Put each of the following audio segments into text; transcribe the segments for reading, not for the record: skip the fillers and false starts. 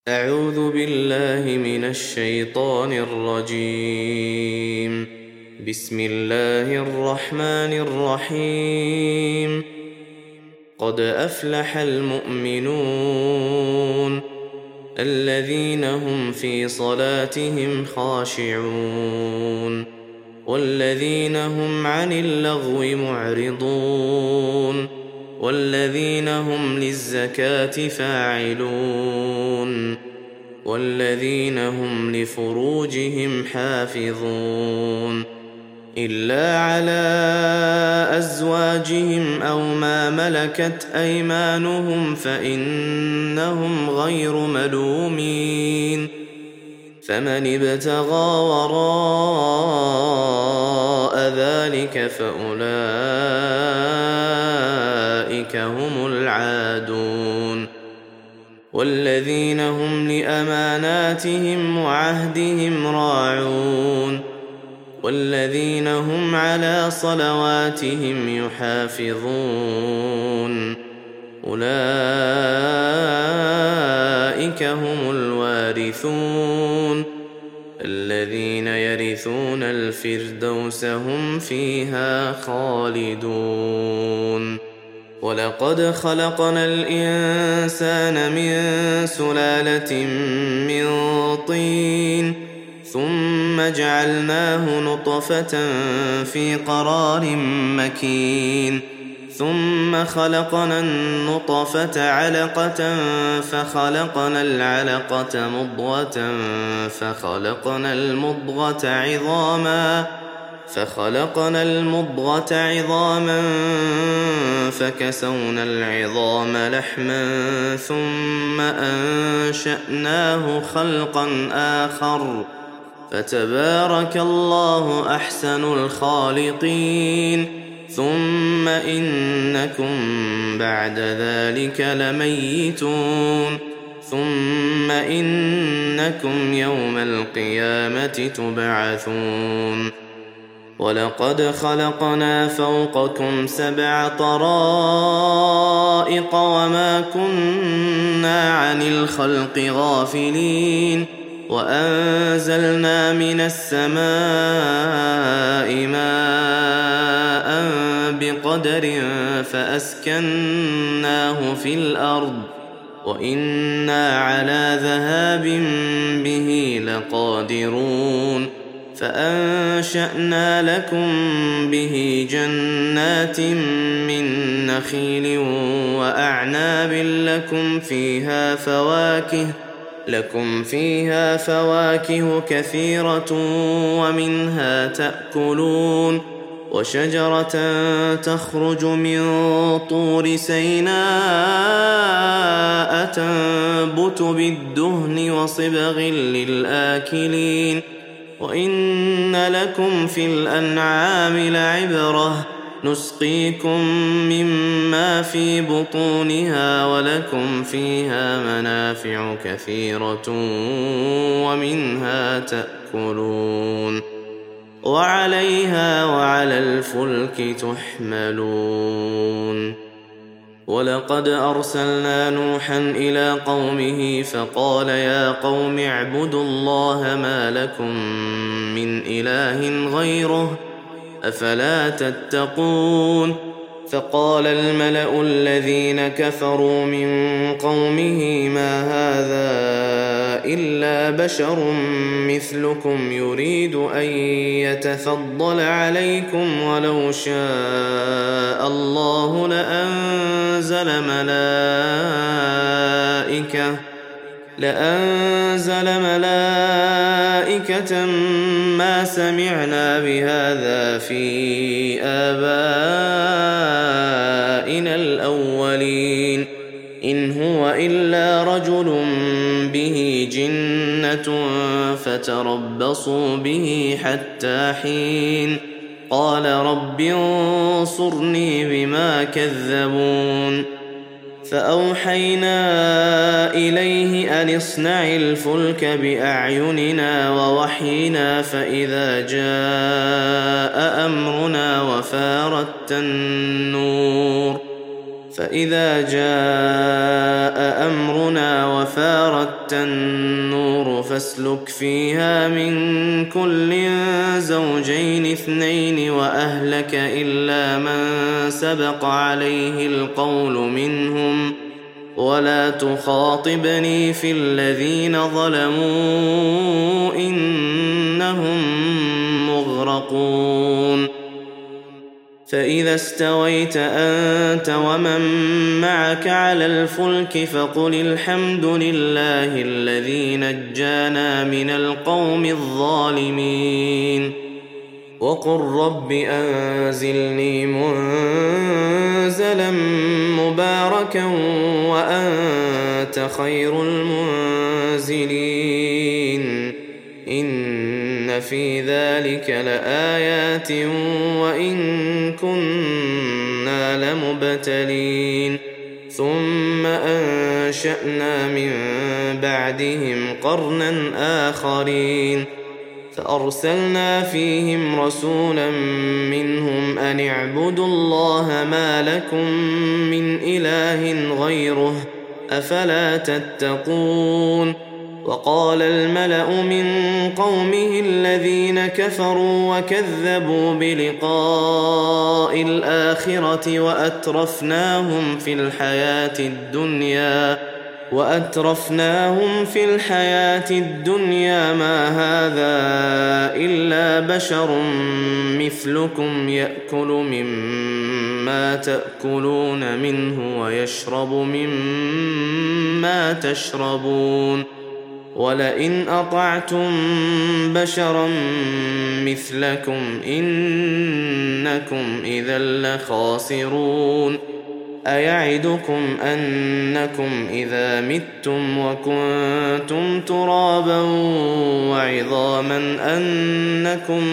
أعوذ بالله من الشيطان الرجيم. بسم الله الرحمن الرحيم. قد أفلح المؤمنون الذين هم في صلاتهم خاشعون والذين هم عن اللغو معرضون والذين هم للزكاة فاعلون والذين هم لفروجهم حافظون إلا على أزواجهم أو ما ملكت أيمانهم فإنهم غير ملومين. فمن ابتغى وراء ذلك فأولئك هم العادون. والذين هم لأماناتهم وعهدهم راعون والذين هم على صلواتهم يحافظون أولئك هم الوارثون الذين يرثون الفردوس هم فيها خالدون. ولقد خلقنا الإنسان من سلالة من طين ثم جعلناه نطفة في قرار مكين ثم خلقنا النطفة علقة فخلقنا العلقة مضغة فخلقنا المضغة عظاما فكسونا العظام لحما ثم أنشأناه خلقا آخر فتبارك الله أحسن الخالقين. ثم إنكم بعد ذلك لميتون ثم إنكم يوم القيامة تبعثون. ولقد خلقنا فوقكم 7 طرائق وما كنا عن الخلق غافلين وأنزلنا من السماء ماء بقدر فأسكناه في الأرض وإنا على ذهاب به لقادرون. فأنشأنا لكم به جنات من نخيل وأعناب لكم فيها فواكه كثيرة ومنها تأكلون وشجرة تخرج من طور سيناء تنبت بالدهن وصبغ للآكلين. وإن لكم في الأنعام لعبرة نسقيكم مما في بطونها ولكم فيها منافع كثيرة ومنها تأكلون وعليها وعلى الفلك تحملون. ولقد أرسلنا نوحا إلى قومه فقال يا قوم اعبدوا الله ما لكم من إله غيره أفلا تتقون. فقال الملأ الذين كفروا من قومه ما هذا إلا بشر مثلكم يريد أن يتفضل عليكم ولو شاء الله لأنزل ملائكة ما سمعنا بهذا في آبائنا الأولين إن هو إلا رجل به جنة فتربصوا به حتى حين. قال رب انصرني بما كذبون. فأوحينا إليه أن اصنع الفلك بأعيننا ووحينا فإذا جاء أمرنا وفارت النور فإذا جاء أمرنا وفارت النور فاسلك فيها من كل زوجين اثنين وأهلك إلا من سبق عليه القول منهم ولا تخاطبني في الذين ظلموا إنهم مغرقون فإذا استويت أنت ومن معك على الفلك فقل الحمد لله الذي نجانا من القوم الظالمين وقل رب أنزلني منزلا مباركا وأنت خير المنزلين إن في ذلك لآيات وإن كنا لمبتلين ثم أنشأنا من بعدهم قرنا آخرين فأرسلنا فيهم رسولا منهم أن اعبدوا الله ما لكم من إله غيره أفلا تتقون وقال الملأ من قومه الذين كفروا وكذبوا بلقاء الآخرة وأترفناهم في الحياة الدنيا ما هذا إلا بشر مثلكم يأكل مما تأكلون منه ويشرب مما تشربون ولئن أطعتم بشرا مثلكم إنكم إذا لخاسرون أيعدكم أنكم إذا متم وكنتم ترابا وعظاما أنكم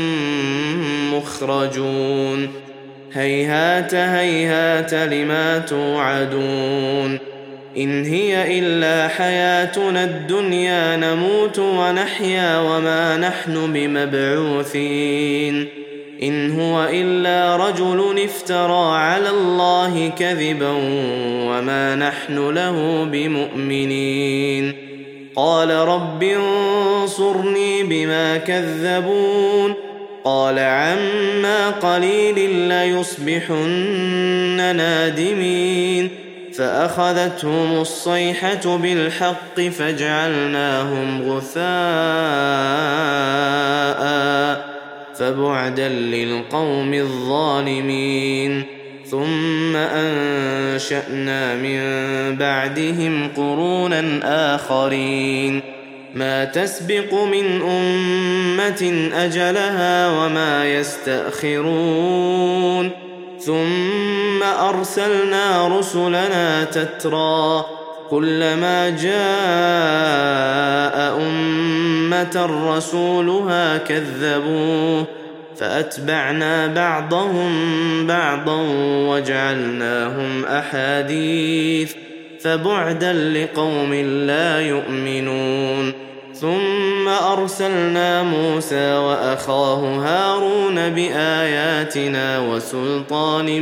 مخرجون هيهات هيهات لما توعدون إن هي إلا حياتنا الدنيا نموت ونحيا وما نحن بمبعوثين إن هو إلا رجل افترى على الله كذبا وما نحن له بمؤمنين قال رب انصرني بما كذبون قال عما قليل ليصبحن نادمين فأخذتهم الصيحة بالحق فجعلناهم غثاء فبعدا للقوم الظالمين ثم أنشأنا من بعدهم قرونا آخرين ما تسبق من أمة أجلها وما يستأخرون ثم أرسلنا رسلنا تترى كلما جاء أمة رسولها كذبوه فأتبعنا بعضهم بعضا وجعلناهم أحاديث فبعدا لقوم لا يؤمنون ثم أرسلنا موسى وأخاه هارون بآياتنا وسلطان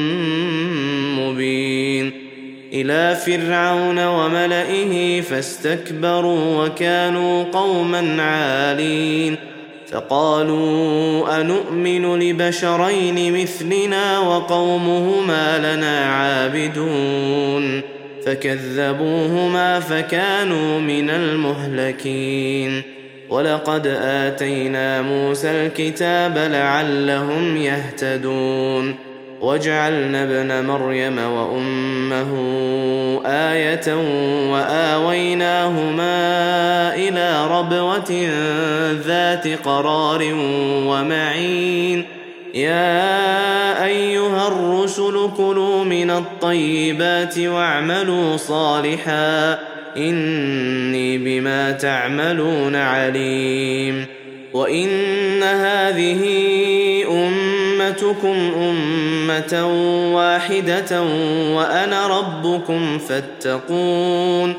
مبين إلى فرعون وملئه فاستكبروا وكانوا قوما عالين فقالوا أنؤمن لبشرين مثلنا وقومهما لنا عابدون فكذبوهما فكانوا من المهلكين ولقد آتينا موسى الكتاب لعلهم يهتدون وجعلنا ابن مريم وأمه آية وآويناهما إلى ربوة ذات قرار ومعين يا أيها الرسل كلوا من الطيبات واعملوا صالحا إني بما تعملون عليم وإن هذه أمتكم أمة واحدة وأنا ربكم فاتقون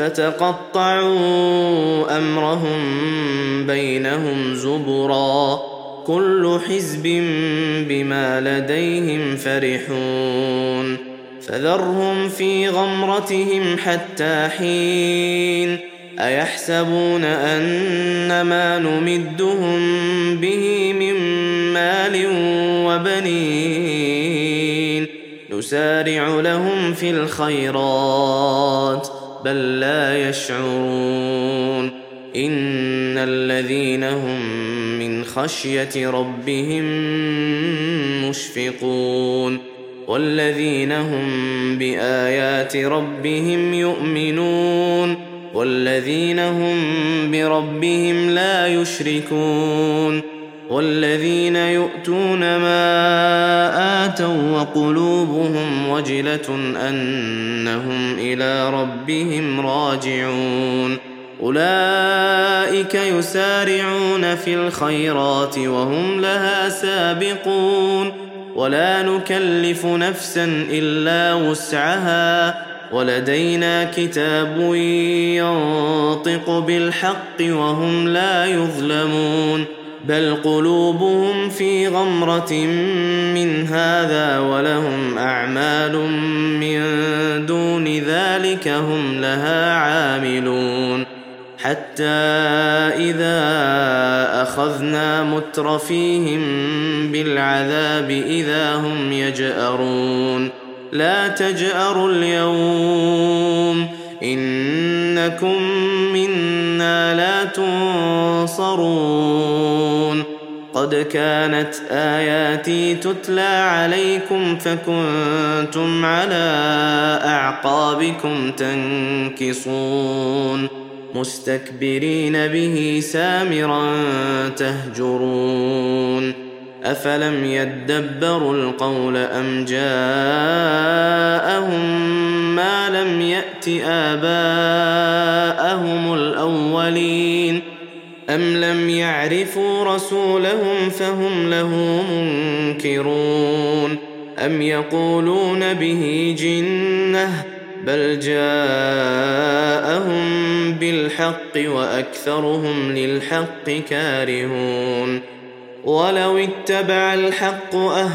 فتقطعوا أمرهم بينهم زبرا كل حزب بما لديهم فرحون فذرهم في غمرتهم حتى حين أيحسبون أن ما نمدهم به من مال وبنين نسارع لهم في الخيرات بل لا يشعرون إن الذين هم من خشية ربهم مشفقون والذين هم بآيات ربهم يؤمنون والذين هم بربهم لا يشركون والذين يؤتون ما آتوا وقلوبهم وجلة أنهم إلى ربهم راجعون أولئك يسارعون في الخيرات وهم لها سابقون ولا نكلف نفسا إلا وسعها ولدينا كتاب ينطق بالحق وهم لا يظلمون بل قلوبهم في غمرة من هذا ولهم أعمال من دون ذلك هم لها عاملون حتى إذا أخذنا مترفيهم بالعذاب إذا هم يجأرون لا تجأروا اليوم إنكم منا لا تنصرون قد كانت آياتي تتلى عليكم فكنتم على أعقابكم تنكصون مستكبرين به سامرا تهجرون أفلم يدبروا القول أم جاءهم ما لم يأت آباءهم الأولين أم لم يعرفوا رسولهم فهم له منكرون أم يقولون به جنة بل جاءهم بالحق وأكثرهم للحق كارهون ولو اتبع الحق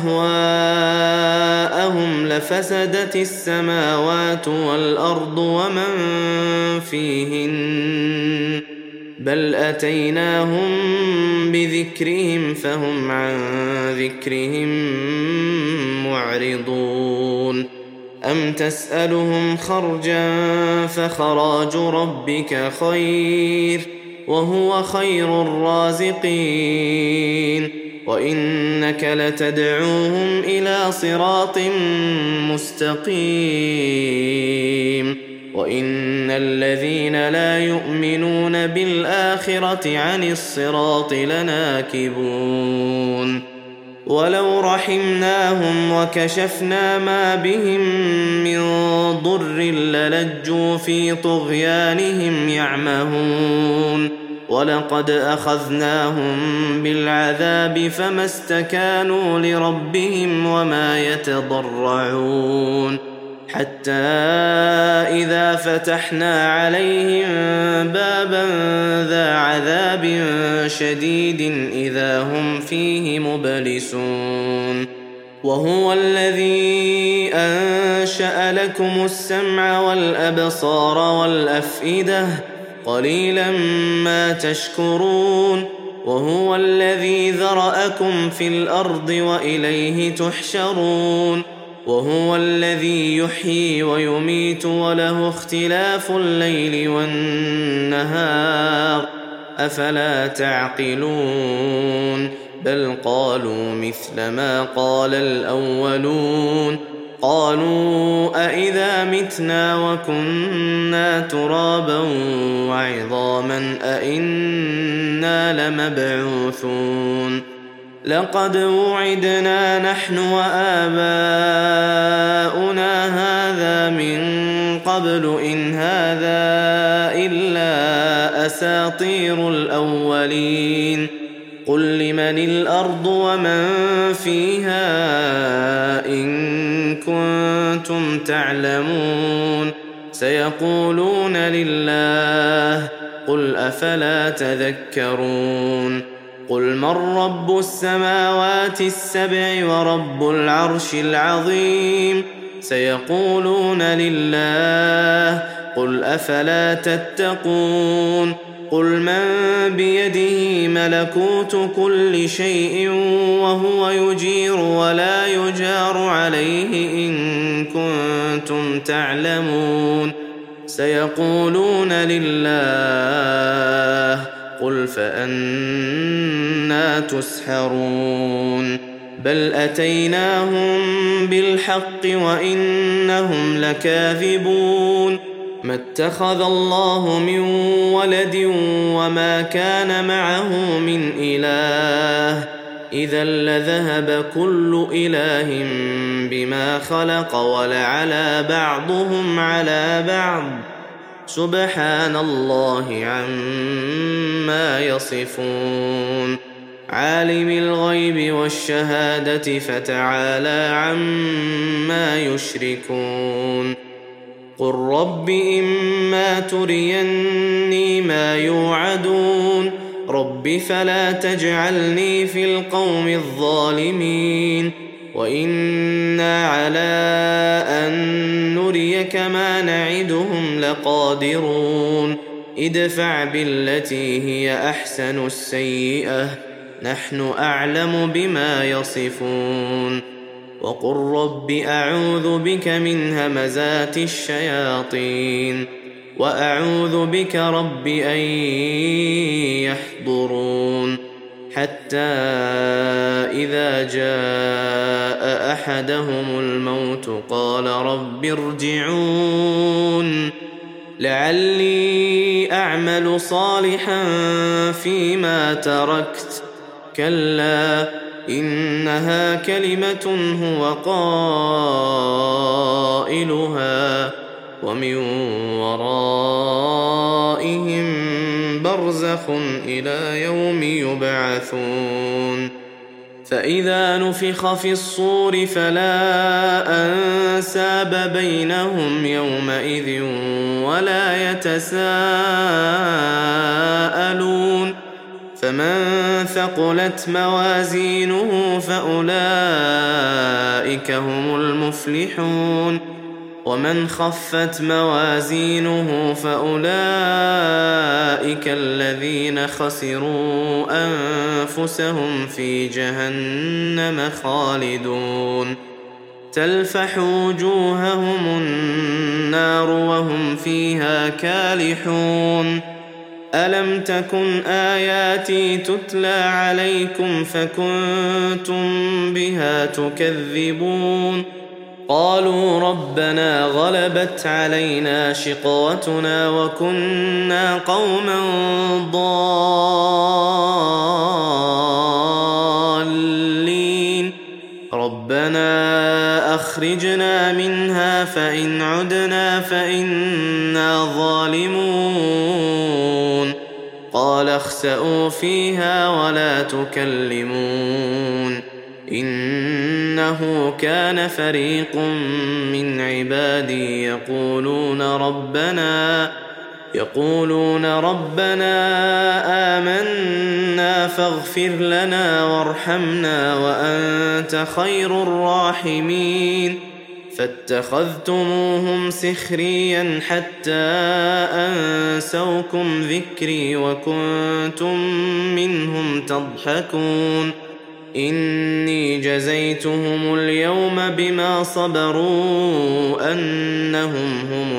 أهواءهم لفسدت السماوات والأرض ومن فيهن بل أتيناهم بذكرهم فهم عن ذكرهم معرضون أم تسألهم خرجا فخراج ربك خير وهو خير الرازقين وإنك لتدعوهم إلى صراط مستقيم وإن الذين لا يؤمنون بالآخرة عن الصراط لناكبون ولو رحمناهم وكشفنا ما بهم من ضر للجوا في طغيانهم يعمهون ولقد أخذناهم بالعذاب فما استكانوا لربهم وما يتضرعون حتى إذا فتحنا عليهم بابا ذا عذاب شديد إذا هم فيه مبلسون وهو الذي أنشأ لكم السمع والأبصار والأفئدة قليلا ما تشكرون وهو الذي ذرأكم في الأرض وإليه تحشرون وهو الذي يحيي ويميت وله اختلاف الليل والنهار أفلا تعقلون بل قالوا مثل ما قال الأولون قالوا أإذا متنا وكنا ترابا وعظاما أإنا لمبعوثون لقد وعدنا نحن وآباؤنا هذا من قبل إن هذا إلا أساطير الأولين قل لمن الأرض ومن فيها إن كنتم تعلمون سيقولون لله قل أفلا تذكرون قل من رب السماوات السبع ورب العرش العظيم سيقولون لله قل أفلا تتقون قل من بيده ملكوت كل شيء وهو يجير ولا يجار عليه إن كنتم تعلمون سيقولون لله قل فأنى تسحرون بل أتيناهم بالحق وإنهم لكاذبون ما اتخذ الله من ولد وما كان معه من إله إذا لذهب كل إله بما خلق ولعلى بعضهم على بعض سبحان الله عما يصفون عالم الغيب والشهادة فتعالى عما يشركون قل رب إما تريني ما يوعدون رب فلا تجعلني في القوم الظالمين وإنا على أن نريك ما نعدهم لقادرون ادفع بالتي هي أحسن السيئة نحن أعلم بما يصفون وقل رب أعوذ بك من همزات الشياطين وأعوذ بك رب أن يحضرون حتى إذا جاء أحدهم الموت قال رب ارجعون لعلي أعمل صالحا فيما تركت كلا إنها كلمة هو قائلها ومن ورائهم برزخ إلى يوم يبعثون فإذا نفخ في الصور فلا أنساب بينهم يومئذ ولا يتساءلون فمن ثقلت موازينه فأولئك هم المفلحون ومن خفت موازينه فأولئك الذين خسروا أنفسهم في جهنم خالدون تلفح وجوههم النار وهم فيها كالحون ألم تكن آياتي تتلى عليكم فكنتم بها تكذبون قالوا ربنا غلبت علينا شقوتنا وكنا قوما ضالين ربنا أخرجنا منها فإن عدنا فإنا ظالمون قال اخسئوا فيها ولا تكلمون إنه كان فريق من عبادي يقولون ربنا آمنا فاغفر لنا وارحمنا وأنت خير الراحمين فاتخذتموهم سخريا حتى أنسوكم ذكري وكنتم منهم تضحكون إني جزيتهم اليوم بما صبروا أنهم هم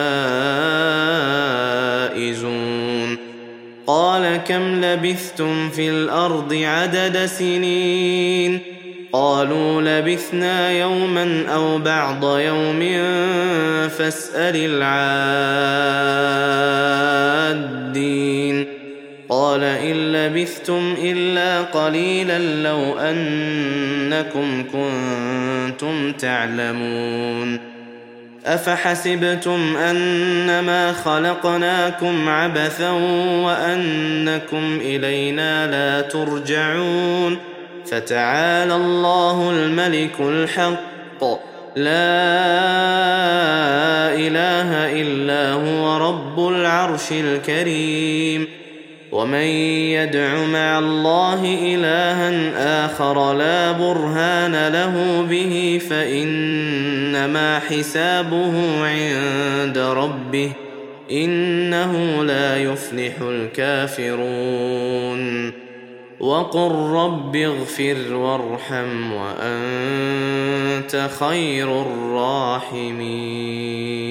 الفائزون قال كم لبثتم في الأرض عدد سنين قالوا لبثنا يوما أو بعض يوم فاسأل العادين قال إن لبثتم إلا قليلا لو أنكم كنتم تعلمون أفحسبتم أنما خلقناكم عبثا وأنكم إلينا لا ترجعون فتعالى الله الملك الحق لا إله إلا هو رب العرش الكريم ومن يدع مع الله إلها آخر لا برهان له به فإنما حسابه عند ربه إنه لا يفلح الكافرون وقل رب اغفر وارحم وأنت خير الراحمين